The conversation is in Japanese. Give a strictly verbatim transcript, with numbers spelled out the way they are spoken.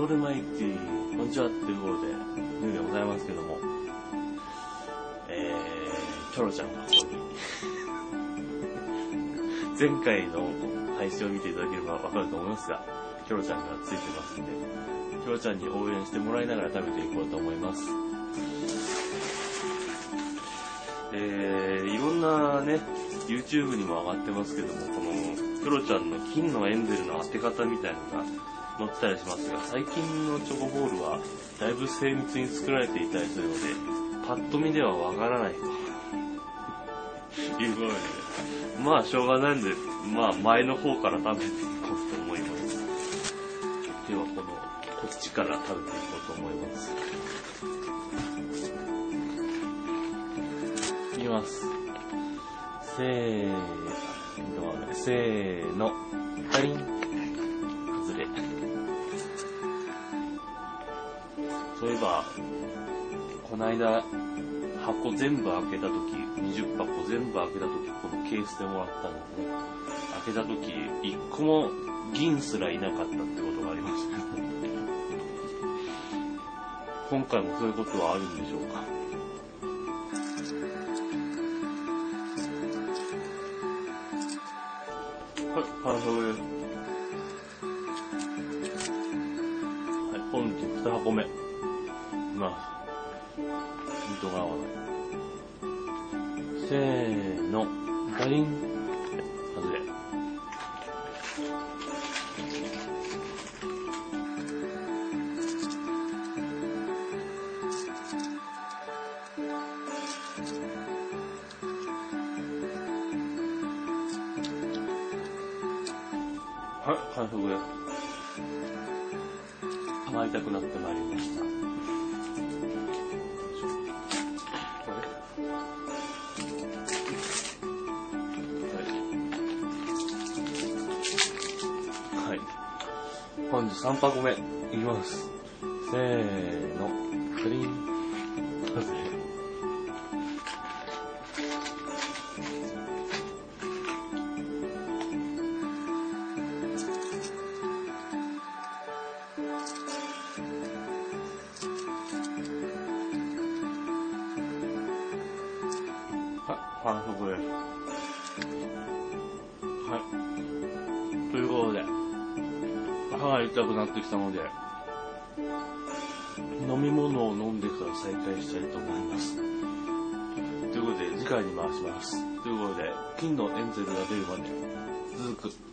オールマイティー、こんにちはっていうことで、ふうでございますけども、えー、チョロちゃんがここに、前回の配信を見ていただければわかると思いますが、チョロちゃんがついてますんで、チョロちゃんに応援してもらいながら食べていこうと思います。えー、いろんなね、YouTube にも上がってますけども、この、チョロちゃんの金のエンゼルの当て方みたいなのが載ってたりしますが、最近のチョコボールはだいぶ精密に作られていたりするので、パッと見ではわからないということで、まあしょうがないんで、まあ前の方から食べていこうと思います。ではこの、こっちから食べていこうと思います。いきます。せーの、せーの、カリン、外れ。そういえば、この間、箱全部開けたとき、にじゅっぱこ全部開けたとき、このケースでもらったので、ね、開けたとき、いっこも銀すらいなかったってことがありました。今回もそういうことはあるんでしょうか。はい、完食です。はい、本日に箱目。いきます。糸が合わない。せーの、ガリン。外れ。はい、完食です。歯が痛くなってまいりました。はい。本日さん箱目いきます。せーの、クリーン。外れ。完食です。はい。ということで、歯が痛くなってきたので、飲み物を飲んでから再開したいと思います。ということで、次回に回します。ということで、金のエンゼルが出るまで続く。